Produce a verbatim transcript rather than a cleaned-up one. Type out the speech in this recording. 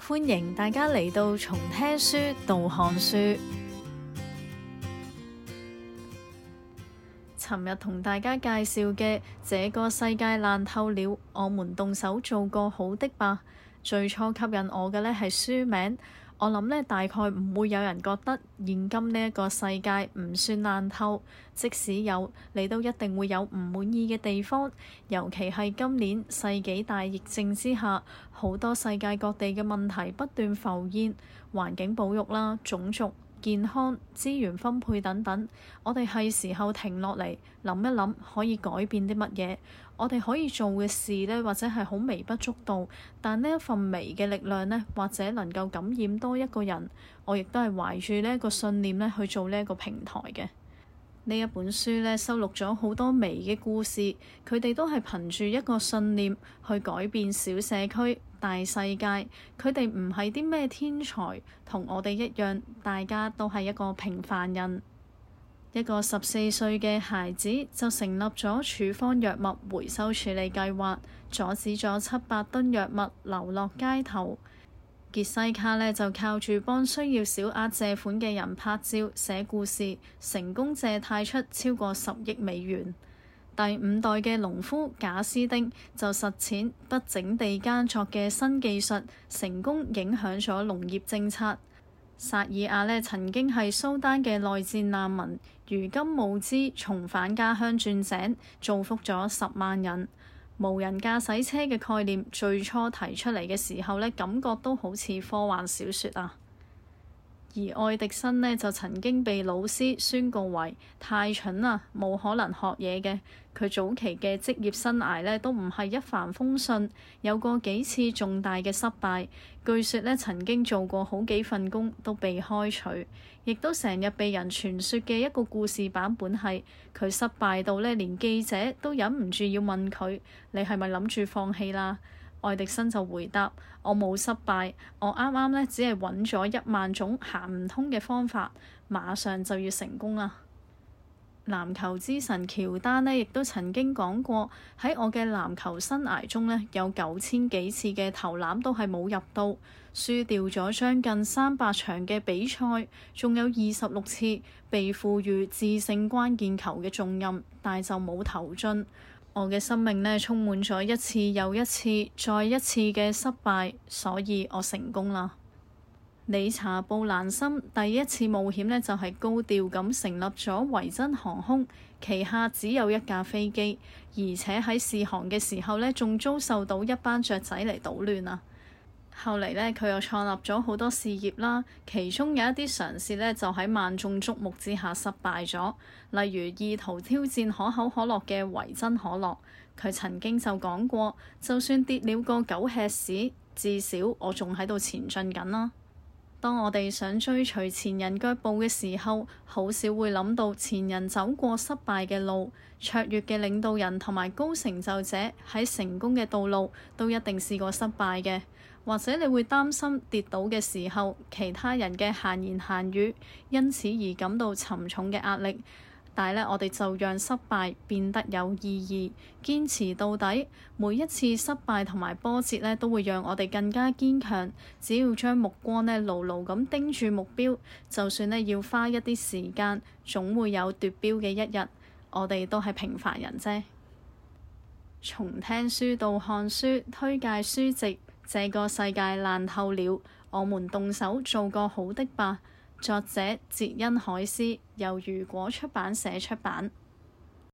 歡迎大家嚟到從聽書到看書。尋日同大家介紹嘅《這個世界爛透了，我們動手做個好的吧》，最初吸引我嘅呢係書名。我諗呢，大概唔會有人覺得現今呢一個世界唔算爛透，即使有，你都一定會有唔滿意嘅地方。尤其係今年世紀大疫症之下，好多世界各地嘅問題不斷浮現，環境保育啦、種族、健康、資源分配等等，我哋係時候停落嚟諗一諗，可以改變啲乜嘢？我哋可以做嘅事呢，或者係好微不足道，但呢一份微嘅力量呢，或者能夠感染多一個人。我亦都係懷住呢一個信念呢去做呢一個平台嘅。呢一本書呢，收錄咗好多微嘅故事，佢哋都係憑住一個信念去改變小社區、大世界。佢哋唔係啲咩天才，同我哋一樣，大家都係一個平凡人。一個十四歲嘅孩子就成立咗處方藥物回收處理計劃，阻止咗七百噸藥物流落街頭。傑西卡呢就靠住幫需要小額借款嘅人拍照寫故事，成功借貸出超過十億美元。第五代嘅農夫賈斯丁就實踐不整地耕作嘅新技術，成功影響咗農業政策。薩爾亞呢曾經係蘇丹嘅內戰難民，如今募資重返家鄉鑽井，造福咗十萬人。無人駕駛車嘅概念最初提出嚟嘅時候呢，感覺都好似科幻小說啊。而愛迪生呢，就曾經被老師宣告為太蠢啦，冇可能學嘢嘅。佢早期嘅職業生涯呢，都唔係一帆風順，有過幾次重大嘅失敗。據說呢，曾經做過好幾份工都被開除，亦都成日被人傳說嘅一個故事版本係佢失敗到呢，連記者都忍唔住要問佢：你係咪諗住放棄啦？愛迪生就回答：我冇失敗，我啱啱呢，只係揾咗一萬種行唔通嘅方法，馬上就要成功啦。籃球之神喬丹呢，亦都曾經講過，喺我嘅籃球生涯中呢，有九千幾次嘅投籃都係冇入到，輸掉咗將近三百場嘅比賽，仲有二十六次被賦予致勝關鍵球嘅重任，但就冇投進。我嘅生命呢，充滿咗一次又一次、再一次嘅失敗，所以我成功啦。理查布蘭森第一次冒險呢，就係高調咁成立咗維珍航空，旗下只有一架飛機，而且喺試航嘅時候呢，仲遭受到一班雀仔嚟搗亂啊。後嚟呢，佢又創立咗好多事業啦，其中有一啲嘗試呢，就喺萬眾矚目之下失敗咗。例如意圖挑戰可口可樂嘅維珍可樂，佢曾經就講過，就算跌了個狗吃屎，至少我仲喺度前進緊啦。當我哋想追隨前人腳步嘅時候，好少會諗到前人走過失敗嘅路。卓越嘅領導人同埋高成就者喺成功嘅道路都一定試過失敗嘅。或者你會擔心跌倒嘅時候，其他人嘅閒言閒語，因此而感到沉重嘅壓力。但係呢，我哋就讓失敗變得有意義，堅持到底。每一次失敗同埋波折呢，都會讓我哋更加堅強。只要將目光呢牢牢咁盯住目標，就算呢要花一啲時間，總會有奪標嘅一日。我哋都係平凡人啫。從聽書到看書，推介書籍。這個世界爛透了，我們動手做個好的吧。作者捷恩海斯，由如果出版社出版。